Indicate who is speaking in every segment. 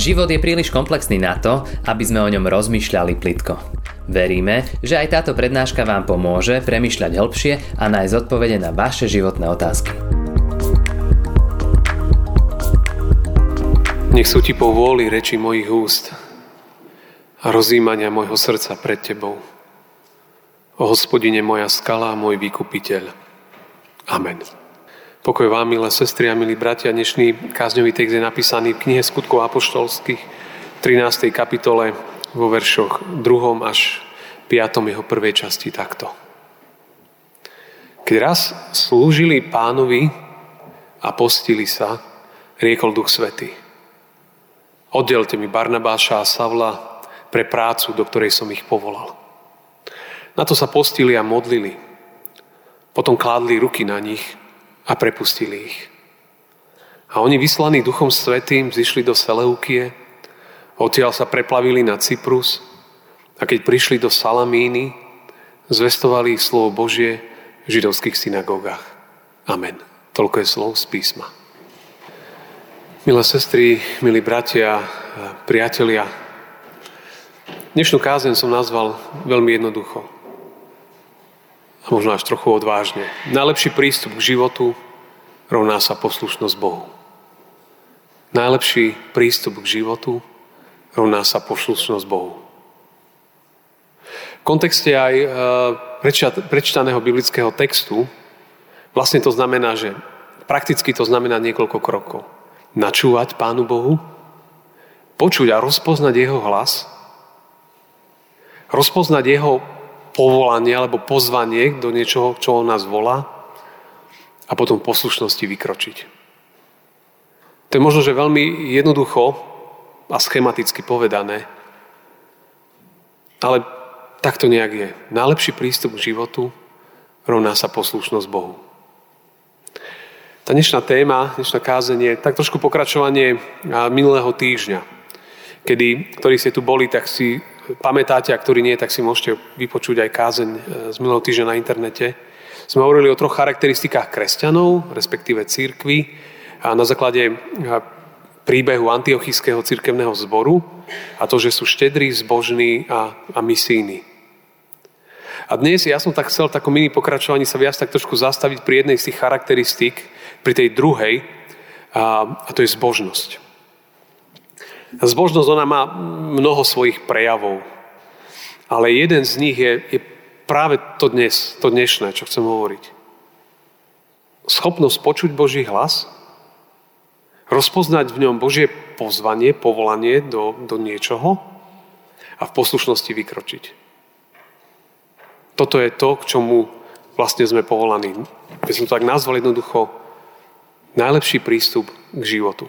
Speaker 1: Život je príliš komplexný na to, aby sme o ňom rozmýšľali plitko. Veríme, že aj táto prednáška vám pomôže premýšľať hĺbšie a nájsť odpovede na vaše životné otázky.
Speaker 2: Nech sú ti po vôli reči mojich úst a rozjímania môjho srdca pred tebou. O Hospodine, moja skala a môj vykupiteľ. Amen. Pokoj vám, milé sestry a milí bratia. Dnešný kázňový text je napísaný v knihe Skutkov apoštolských, 13. kapitole, vo veršoch 2. až 5. jeho prvej časti takto. Keď raz slúžili Pánovi a postili sa, riekol Duch Svätý: Oddelte mi Barnabáša a Savla pre prácu, do ktorej som ich povolal. Na to sa postili a modlili. Potom kládli ruky na nich a prepustili ich. A oni, vyslaní Duchom Svätým, zišli do Seleukie, odtiaľ sa preplavili na Cyprus a keď prišli do Salamíny, zvestovali slovo Božie v židovských synagógach. Amen. Toľko je slov z písma. Milé sestry, milí bratia, priatelia, dnešnú kázeň som nazval veľmi jednoducho a možno až trochu odvážne. Najlepší prístup k životu rovná sa poslušnosť Bohu. Najlepší prístup k životu rovná sa poslušnosť Bohu. V kontexte aj prečítaného biblického textu vlastne to znamená, že prakticky to znamená niekoľko krokov. Načúvať Pánu Bohu, počuť a rozpoznať Jeho hlas, rozpoznať Jeho povolanie alebo pozvanie do niečoho, čo On nás volá, a potom v poslušnosti vykročiť. To je možno, že veľmi jednoducho a schematicky povedané, ale tak to nejak je. Najlepší prístup k životu rovná sa poslušnosť Bohu. Tá dnešná téma, dnešná kázeň je tak trošku pokračovanie minulého týždňa, ktorí ste tu boli, tak si pamätáte, a ktorí nie, tak si môžete vypočuť aj kázeň z minulého týždňa na internete. Sme hovorili o 3 charakteristikách kresťanov, respektíve cirkvi, a na základe príbehu Antiochijského cirkevného zboru a to, že sú štedrí, zbožní a misijní. A dnes ja som tak chcel v takom mini pokračovaní sa viac tak trošku zastaviť pri jednej z tých charakteristík, pri tej druhej, a to je zbožnosť. Zbožnosť, ona má mnoho svojich prejavov, ale jeden z nich je práve to dnešné, čo chcem hovoriť. Schopnosť počuť Boží hlas, rozpoznať v ňom Božie pozvanie, povolanie do niečoho a v poslušnosti vykročiť. Toto je to, k čomu vlastne sme povolaní. Ja som to tak nazval jednoducho najlepší prístup k životu.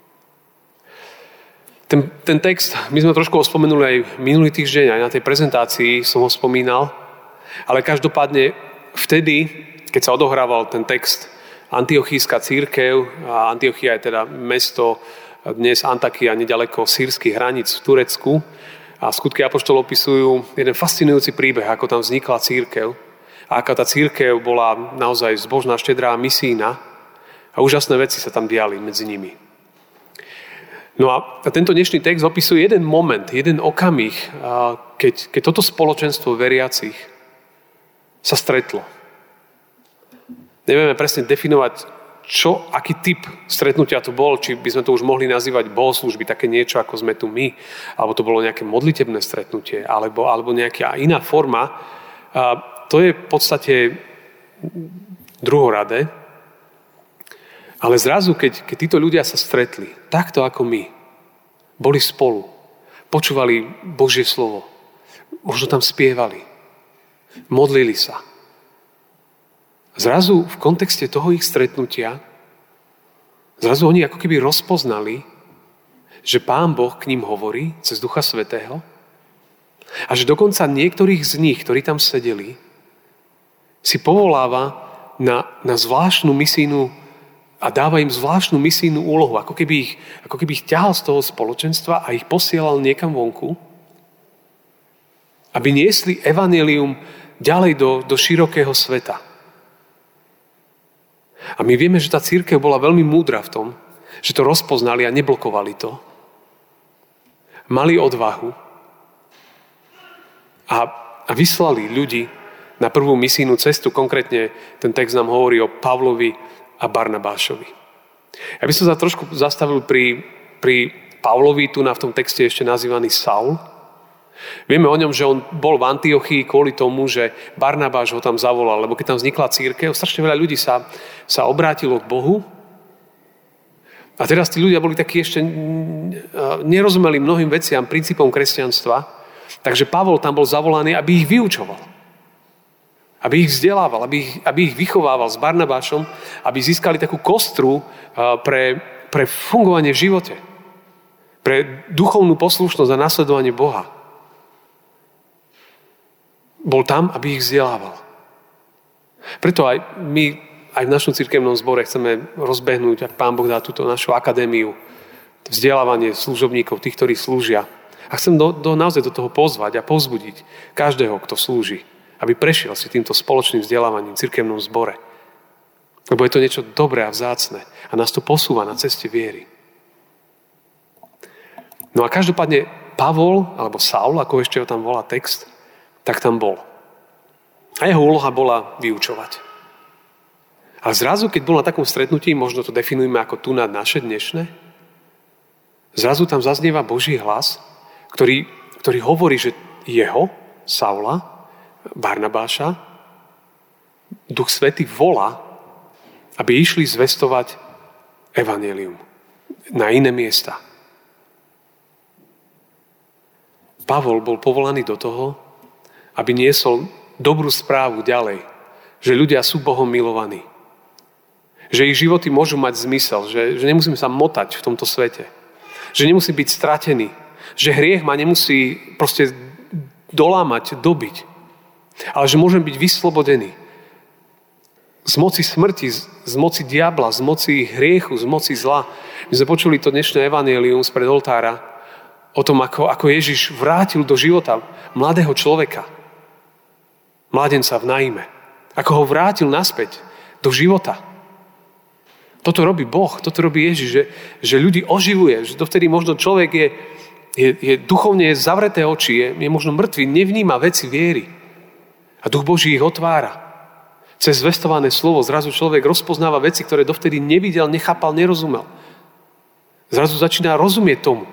Speaker 2: Ten text, my sme trošku ho spomenuli aj minulý týždeň, aj na tej prezentácii som ho spomínal, ale každopádne vtedy, keď sa odohrával ten text, Antiochijská cirkev, a Antiochia je teda mesto dnes Antakia, nedaleko sýrskych hraníc v Turecku, a Skutky apoštolov opisujú jeden fascinujúci príbeh, ako tam vznikla cirkev a aká tá cirkev bola naozaj zbožná, štedrá, misijná a úžasné veci sa tam diali medzi nimi. No a tento dnešný text opisuje jeden moment, jeden okamih, keď toto spoločenstvo veriacich sa stretlo. Nevieme presne definovať, aký typ stretnutia to bol, či by sme to už mohli nazývať bohoslužby, také niečo, ako sme tu my, alebo to bolo nejaké modlitebné stretnutie, alebo nejaká iná forma. To je v podstate druhoradé. Ale zrazu, keď títo ľudia sa stretli, takto ako my, boli spolu, počúvali Božie slovo, možno tam spievali, modlili sa. Zrazu v kontexte toho ich stretnutia, zrazu oni ako keby rozpoznali, že Pán Boh k ním hovorí cez Ducha Svätého a že dokonca niektorých z nich, ktorí tam sedeli, si povoláva na zvláštnu misijnú a dáva im zvláštnu misijnú úlohu, ako keby ich ťahal z toho spoločenstva a ich posielal niekam vonku, aby niesli evanjelium ďalej do širokého sveta. A my vieme, že tá cirkev bola veľmi múdra v tom, že to rozpoznali a neblokovali to. mali odvahu a vyslali ľudí na prvú misijnú cestu. Konkrétne ten text nám hovorí o Pavlovi a Barnabášovi. Ja by som sa trošku zastavil pri Pavlovi, tu v tom texte ešte nazývaný Saul. Vieme o ňom, že on bol v Antiochii kvôli tomu, že Barnabáš ho tam zavolal, lebo keď tam vznikla cirkev, strašne veľa ľudí sa obrátilo k Bohu. A teraz tí ľudia boli takí ešte, nerozumeli mnohým veciam, princípom kresťanstva, takže Pavol tam bol zavolaný, aby ich vyučoval. Aby ich vzdelával, aby ich vychovával s Barnabášom, aby získali takú kostru pre fungovanie v živote. Pre duchovnú poslušnosť a nasledovanie Boha. Bol tam, aby ich vzdelával. Preto aj my, aj v našom cirkevnom zbore chceme rozbehnúť, ak Pán Boh dá túto našu akadémiu, vzdelávanie služobníkov, tých, ktorí slúžia. A chcem naozaj do toho pozvať a povzbudiť každého, kto slúži, aby prešiel si týmto spoločným vzdelávaním v cirkevnom zbore. Lebo je to niečo dobré a vzácne a nás to posúva na ceste viery. No a každopádne Pavol, alebo Saul, ako ešte ho tam volá text, tak tam bol. A jeho úloha bola vyučovať. A zrazu, keď bol na takom stretnutí, možno to definujeme ako tu na naše dnešné, zrazu tam zaznieva Boží hlas, ktorý hovorí, že jeho, Saula, Barnabáša, Duch Svätý volá, aby išli zvestovať evanjelium na iné miesta. Pavol bol povolaný do toho, aby niesol dobrú správu ďalej, že ľudia sú Bohom milovaní. Že ich životy môžu mať zmysel, že nemusím sa motať v tomto svete. Že nemusím byť stratený. Že hriech ma nemusí proste dolámať, dobiť. Ale že môžem byť vyslobodený. Z moci smrti, z moci diabla, z moci hriechu, z moci zla. My sme počuli to dnešné evanjelium spred oltára o tom, ako Ježiš vrátil do života mladého človeka. Mladenca v Naíme. Ako ho vrátil naspäť do života. Toto robí Boh, toto robí Ježiš, že ľudí oživuje, že dovtedy možno človek je duchovne zavreté oči, je možno mŕtvý, nevníma veci viery. A Duch Boží ich otvára. Cez zvestované slovo zrazu človek rozpoznáva veci, ktoré dovtedy nevidel, nechápal, nerozumel. Zrazu začína rozumieť tomu.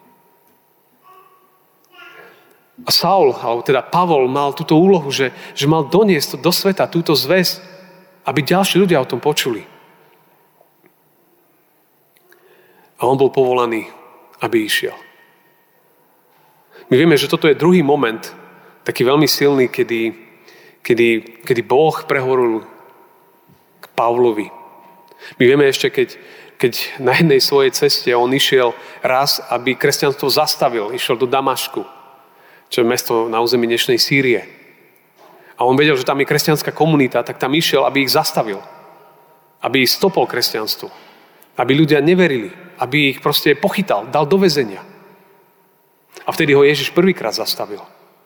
Speaker 2: A Saul, alebo teda Pavol, mal túto úlohu, že mal doniesť do sveta túto zvesť, aby ďalší ľudia o tom počuli. A on bol povolaný, aby išiel. My vieme, že toto je druhý moment, taký veľmi silný, kedy Boh prehovoril k Pavlovi. My vieme ešte, keď na jednej svojej ceste on išiel raz, aby kresťanstvo zastavil, išiel do Damašku, čo je mesto na území dnešnej Sýrie. A on vedel, že tam je kresťanská komunita, tak tam išiel, aby ich zastavil. Aby ich stopol kresťanstvu. Aby ľudia neverili. Aby ich proste pochytal, dal do väzenia. A vtedy ho Ježiš prvýkrát zastavil.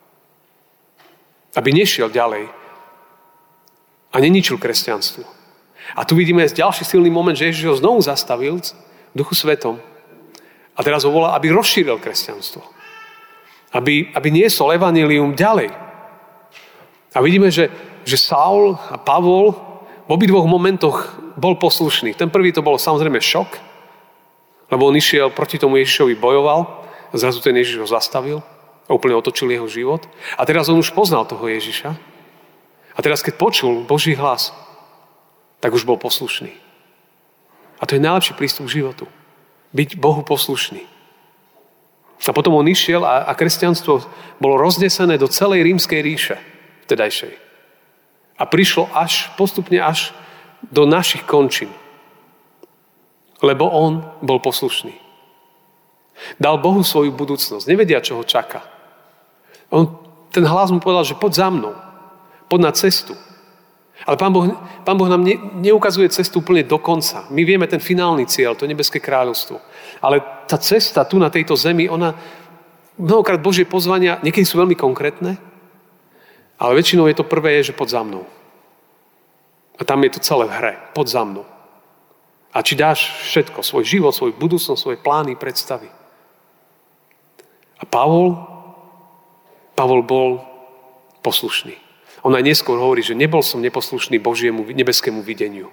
Speaker 2: Aby nešiel ďalej a neničil kresťanstvo. A tu vidíme ďalší silný moment, že Ježiš ho znovu zastavil v Duchu Svetom. A teraz ho volá, aby rozšíril kresťanstvo. Aby niesol evanjelium ďalej. A vidíme, že Saul a Pavol v obidvoch momentoch bol poslušný. Ten prvý to bolo samozrejme šok, lebo on išiel proti tomu Ježišovi, bojoval, a zrazu ten Ježiš ho zastavil a úplne otočil jeho život. A teraz on už poznal toho Ježiša. A teraz, keď počul Boží hlas, tak už bol poslušný. A to je najlepší prístup k životu. Byť Bohu poslušný. A potom on išiel a kresťanstvo bolo roznesené do celej rímskej ríše vtedajšej. A prišlo postupne až do našich končín. Lebo on bol poslušný. Dal Bohu svoju budúcnosť. Nevedia, čo ho čaká. Ten hlas mu povedal, že poď za mnou. Poď na cestu. Ale Pán Boh nám neukazuje cestu úplne do konca. My vieme ten finálny cieľ, to nebeské kráľovstvo. Ale tá cesta tu na tejto zemi, ona mnohokrát Božie pozvania, niekedy sú veľmi konkrétne, ale väčšinou je to prvé, že poď za mnou. A tam je to celé v hre. Poď za mnou. A či dáš všetko, svoj život, svoju budúcnosť, svoje plány, predstavy. Pavol bol poslušný. On aj neskôr hovorí, že nebol som neposlušný Božiemu nebeskému videniu.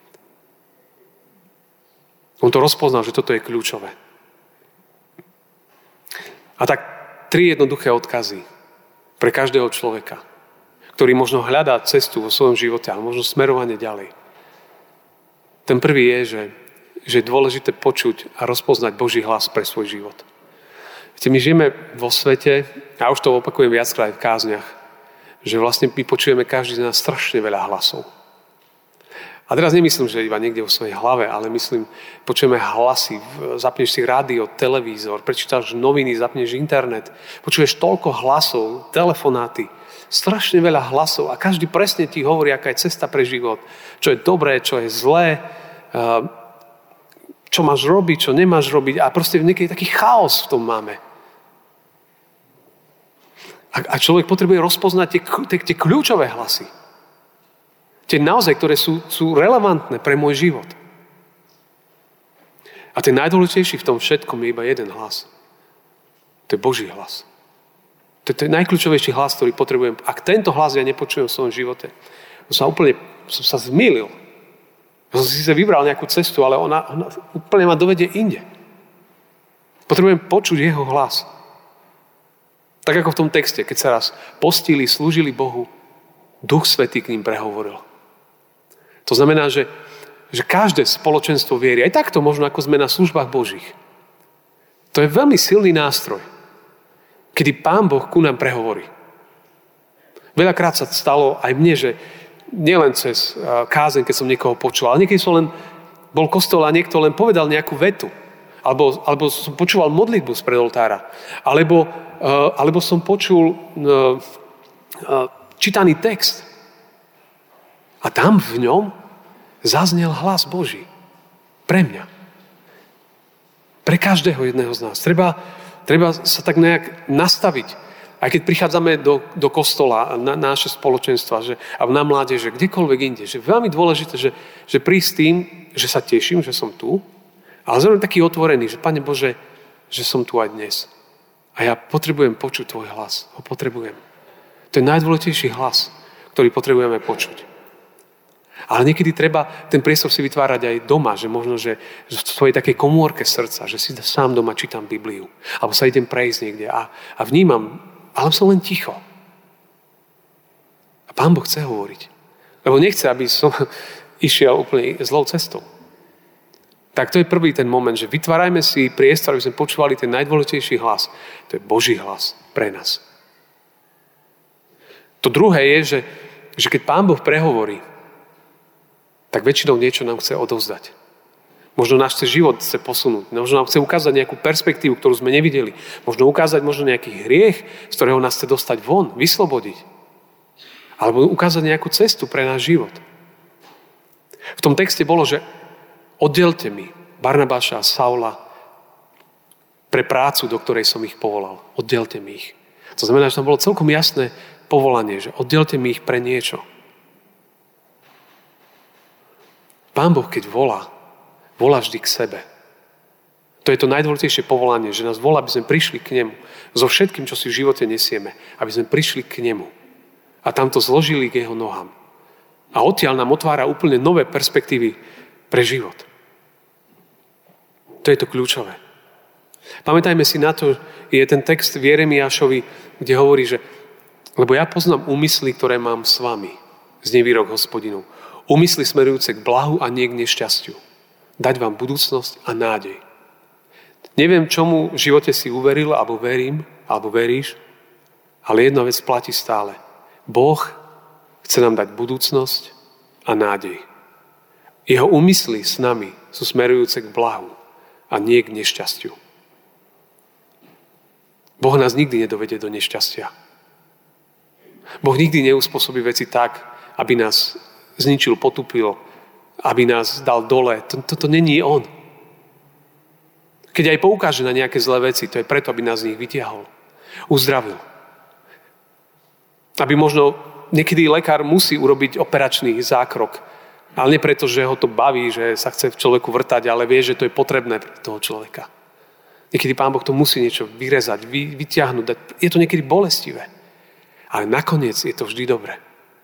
Speaker 2: On to rozpoznal, že toto je kľúčové. A tak 3 jednoduché odkazy pre každého človeka, ktorý možno hľadá cestu vo svojom živote, ale možno smerovanie ďalej. Ten prvý je, že je dôležité počuť a rozpoznať Boží hlas pre svoj život. Viete, my žijeme vo svete, a už to opakujem viackrát aj v kázniach, že vlastne my počujeme každý z nás strašne veľa hlasov. A teraz nemyslím, že iba niekde vo svojej hlave, ale myslím, počujeme hlasy, zapneš si rádio, televízor, prečítaš noviny, zapneš internet, počuješ toľko hlasov, telefonáty, strašne veľa hlasov a každý presne ti hovorí, aká je cesta pre život, čo je dobré, čo je zlé, čo máš robiť, čo nemáš robiť a proste niekedy taký chaos v tom máme. A človek potrebuje rozpoznať tie kľúčové hlasy. Tie naozaj, ktoré sú relevantné pre môj život. A ten najdôležitejší v tom všetkom je iba jeden hlas. To je Boží hlas. To je ten najkľúčovejší hlas, ktorý potrebujem. Ak tento hlas ja nepočujem v svojom živote, som sa zmýlil. Ja som si vybral nejakú cestu, ale ona úplne ma dovedie inde. Potrebujem počuť jeho hlas. Tak ako v tom texte, keď sa raz postili, slúžili Bohu, Duch Svätý k ním prehovoril. To znamená, že každé spoločenstvo viery, aj takto možno ako sme na službách Božích, to je veľmi silný nástroj, kedy Pán Boh ku nám prehovorí. Veľakrát sa stalo aj mne, že nielen cez kázeň, keď som niekoho počul, ale niekedy som len bol v kostole a niekto len povedal nejakú vetu. Alebo som počúval modlitbu spred oltára. Alebo som počul čítaný text. A tam v ňom zaznel hlas Boží. Pre mňa. Pre každého jedného z nás. Treba sa tak nejak nastaviť. Aj keď prichádzame do kostola, na naše spoločenstva, a na mládeže, kdekoľvek inde. Že veľmi dôležité, že prísť tým, že sa teším, že som tu, ale zároveň taký otvorený, že Pane Bože, že som tu aj dnes. A ja potrebujem počuť tvoj hlas. Ho potrebujem. To je najdôležitejší hlas, ktorý potrebujeme počuť. Ale niekedy treba ten priestor si vytvárať aj doma, že možno, že v svojej takej komórke srdca, že si sám doma čítam Bibliu, alebo sa idem prejsť niekde a vnímam, ale som len ticho. A Pán Boh chce hovoriť. Lebo nechce, aby som išiel úplne zlou cestou. Tak to je prvý ten moment, že vytvárajme si priestor, aby sme počúvali ten najdôležitejší hlas. To je Boží hlas pre nás. To druhé je, že keď Pán Boh prehovorí, tak väčšinou niečo nám chce odovzdať. Možno náš život chce posunúť. Možno nám chce ukázať nejakú perspektívu, ktorú sme nevideli. Možno ukázať nejaký hriech, z ktorého nás chce dostať von, vyslobodiť. Alebo ukázať nejakú cestu pre náš život. V tom texte bolo, že oddelte mi Barnabáša a Saula pre prácu, do ktorej som ich povolal. Oddelte mi ich. To znamená, že tam bolo celkom jasné povolanie, že oddelte mi ich pre niečo. Pán Boh, keď volá vždy k sebe. To je to najdôležitejšie povolanie, že nás volá, aby sme prišli k nemu. So všetkým, čo si v živote nesieme. Aby sme prišli k nemu. A tam to zložili k jeho nohám. A odtiaľ nám otvára úplne nové perspektívy pre život. To je to kľúčové. Pamätajme si na to, je ten text v Jeremiášovi, kde hovorí, že lebo ja poznám úmysly, ktoré mám s vami, znie výrok Hospodinov. Úmysly smerujúce k blahu a nie k nešťastiu. Dať vám budúcnosť a nádej. Neviem, čomu v živote si uveril, alebo verím, alebo veríš, ale jedna vec platí stále. Boh chce nám dať budúcnosť a nádej. Jeho úmysly s nami sú smerujúce k blahu a nie k nešťastiu. Boh nás nikdy nedovedie do nešťastia. Boh nikdy neuspôsobí veci tak, aby nás zničil, potupil, aby nás dal dole. Toto není on. Keď aj poukáže na nejaké zlé veci, to je preto, aby nás z nich vytiahol. Uzdravil. Aby možno niekedy lekár musí urobiť operačný zákrok, ale nie preto, že ho to baví, že sa chce v človeku vrtať, ale vie, že to je potrebné pre toho človeka. Niekedy Pán Boh to musí niečo vyrezať, vyťahnuť. Je to niekedy bolestivé. Ale nakoniec je to vždy dobré.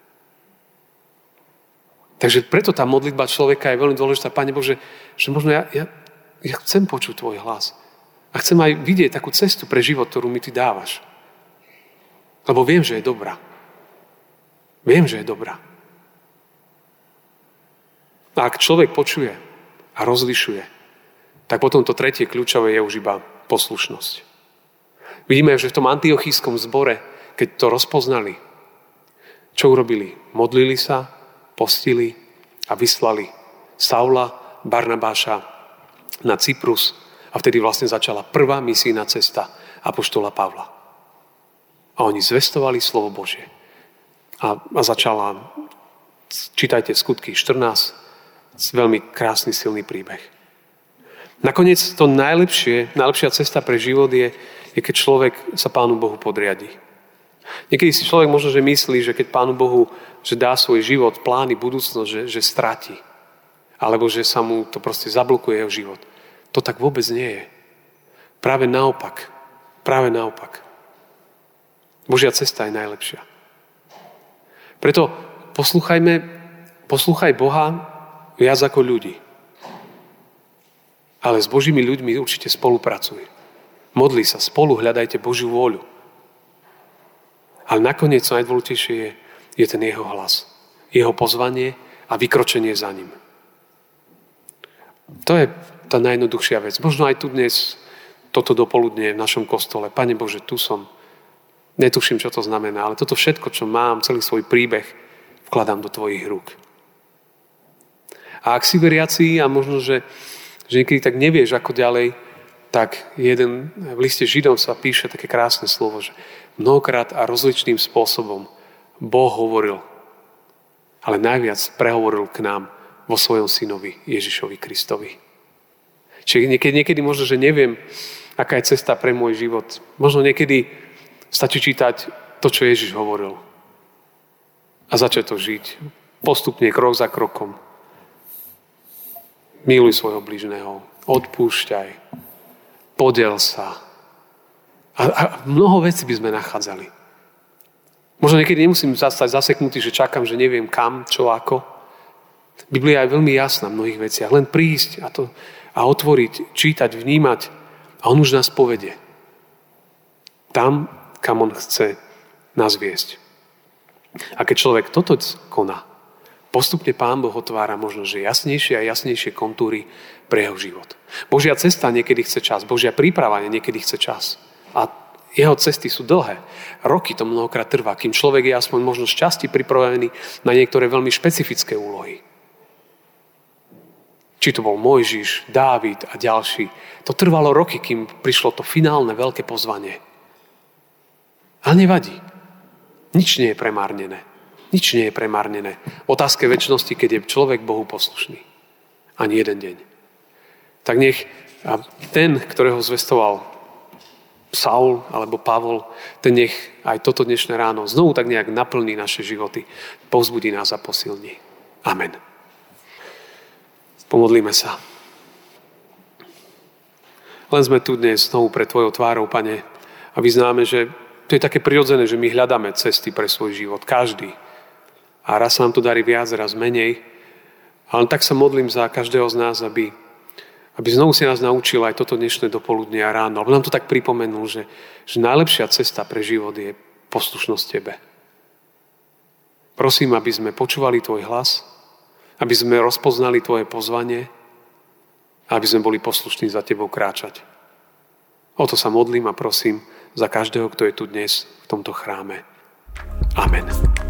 Speaker 2: Takže preto tá modlitba človeka je veľmi dôležitá. Pane Bože, že možno ja chcem počuť tvoj hlas. A chcem aj vidieť takú cestu pre život, ktorú mi ty dávaš. Lebo viem, že je dobrá. Viem, že je dobrá. A ak človek počuje a rozlišuje, tak potom to tretie kľúčové je už iba poslušnosť. Vidíme, že v tom antiochískom zbore, keď to rozpoznali, čo urobili? Modlili sa, postili a vyslali Saula, Barnabáša na Cyprus a vtedy vlastne začala prvá misijná cesta apoštola Pavla. A oni zvestovali slovo Božie. A začala, čítajte Skutky 14, veľmi krásny, silný príbeh. Nakoniec to najlepšia cesta pre život je keď človek sa Pánu Bohu podriadi. Niekedy si človek možno, že myslí, že keď Pánu Bohu, že dá svoj život, plány, budúcnosť, že stratí. Alebo že sa mu to proste zablokuje jeho život. To tak vôbec nie je. Práve naopak. Božia cesta je najlepšia. Preto poslúchaj Boha viac ako ľudí. Ale s Božími ľuďmi určite spolupracuj. Modli sa, spolu hľadajte Božiu vôľu. Ale nakoniec najdôležitejšie je ten jeho hlas. Jeho pozvanie a vykročenie za ním. To je tá najjednoduchšia vec. Možno aj tu dnes, toto dopoludne v našom kostole. Pane Bože, tu som. Netuším, čo to znamená, ale toto všetko, čo mám, celý svoj príbeh, vkladám do tvojich rúk. A ak si veriaci a možno, že niekedy tak nevieš, ako ďalej, tak v liste Židom sa píše také krásne slovo, že mnohokrát a rozličným spôsobom Boh hovoril, ale najviac prehovoril k nám vo svojom synovi Ježišovi Kristovi. Čiže niekedy možno, že neviem, aká je cesta pre môj život. Možno niekedy stačí čítať to, čo Ježiš hovoril. A začať to žiť. Postupne, krok za krokom. Miluj svojho bližného. Odpúšťaj. Podel sa. A mnoho vecí by sme nachádzali. Možno niekedy nemusím stať zaseknutý, že čakám, že neviem kam, čo, ako. Biblia je veľmi jasná v mnohých veciach. Len prísť a otvoriť, čítať, vnímať a on už nás povedie. Tam, kam on chce nás viesť. A keď človek toto koná, postupne Pán Boh otvára možno, že jasnejšie a jasnejšie kontúry pre jeho život. Božia cesta niekedy chce čas, Božia príprava niekedy chce čas. A jeho cesty sú dlhé. Roky to mnohokrát trvá, kým človek je aspoň možno z časti pripravený na niektoré veľmi špecifické úlohy. Či to bol Mojžiš, Dávid a ďalší. To trvalo roky, kým prišlo to finálne veľké pozvanie. Ale nevadí. Nič nie je premárnené. Nič nie je premárnené. V otázke večnosti, keď je človek Bohu poslušný. Ani jeden deň. Tak nech ten, ktorého zvestoval Saul alebo Pavol, ten nech aj toto dnešné ráno znovu tak nejak naplní naše životy. Povzbudí nás a posilní. Amen. Pomodlíme sa. Len sme tu dnes znovu pred tvojou tvárou, Pane, a vyznáme, že to je také prirodzené, že my hľadáme cesty pre svoj život. Každý. A raz sa nám to darí viac, raz menej. Ale tak sa modlím za každého z nás, aby znovu si nás naučil aj toto dnešné dopoludne a ráno. Alebo nám to tak pripomenul, že najlepšia cesta pre život je poslušnosť Tebe. Prosím, aby sme počúvali Tvoj hlas, aby sme rozpoznali Tvoje pozvanie a aby sme boli poslušní za Tebou kráčať. O to sa modlím a prosím za každého, kto je tu dnes v tomto chráme. Amen.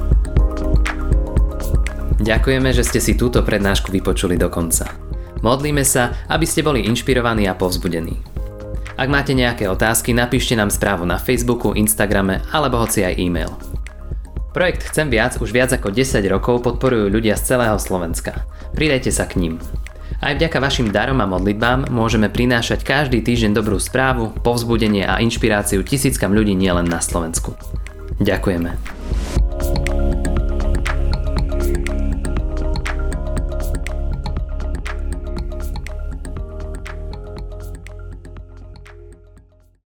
Speaker 1: Ďakujeme, že ste si túto prednášku vypočuli do konca. Modlíme sa, aby ste boli inšpirovaní a povzbudení. Ak máte nejaké otázky, napíšte nám správu na Facebooku, Instagrame alebo hoci aj e-mail. Projekt Chcem viac už viac ako 10 rokov podporujú ľudia z celého Slovenska. Pridajte sa k ním. Aj vďaka vašim darom a modlitbám môžeme prinášať každý týždeň dobrú správu, povzbudenie a inšpiráciu tisíckam ľudí nielen na Slovensku. Ďakujeme.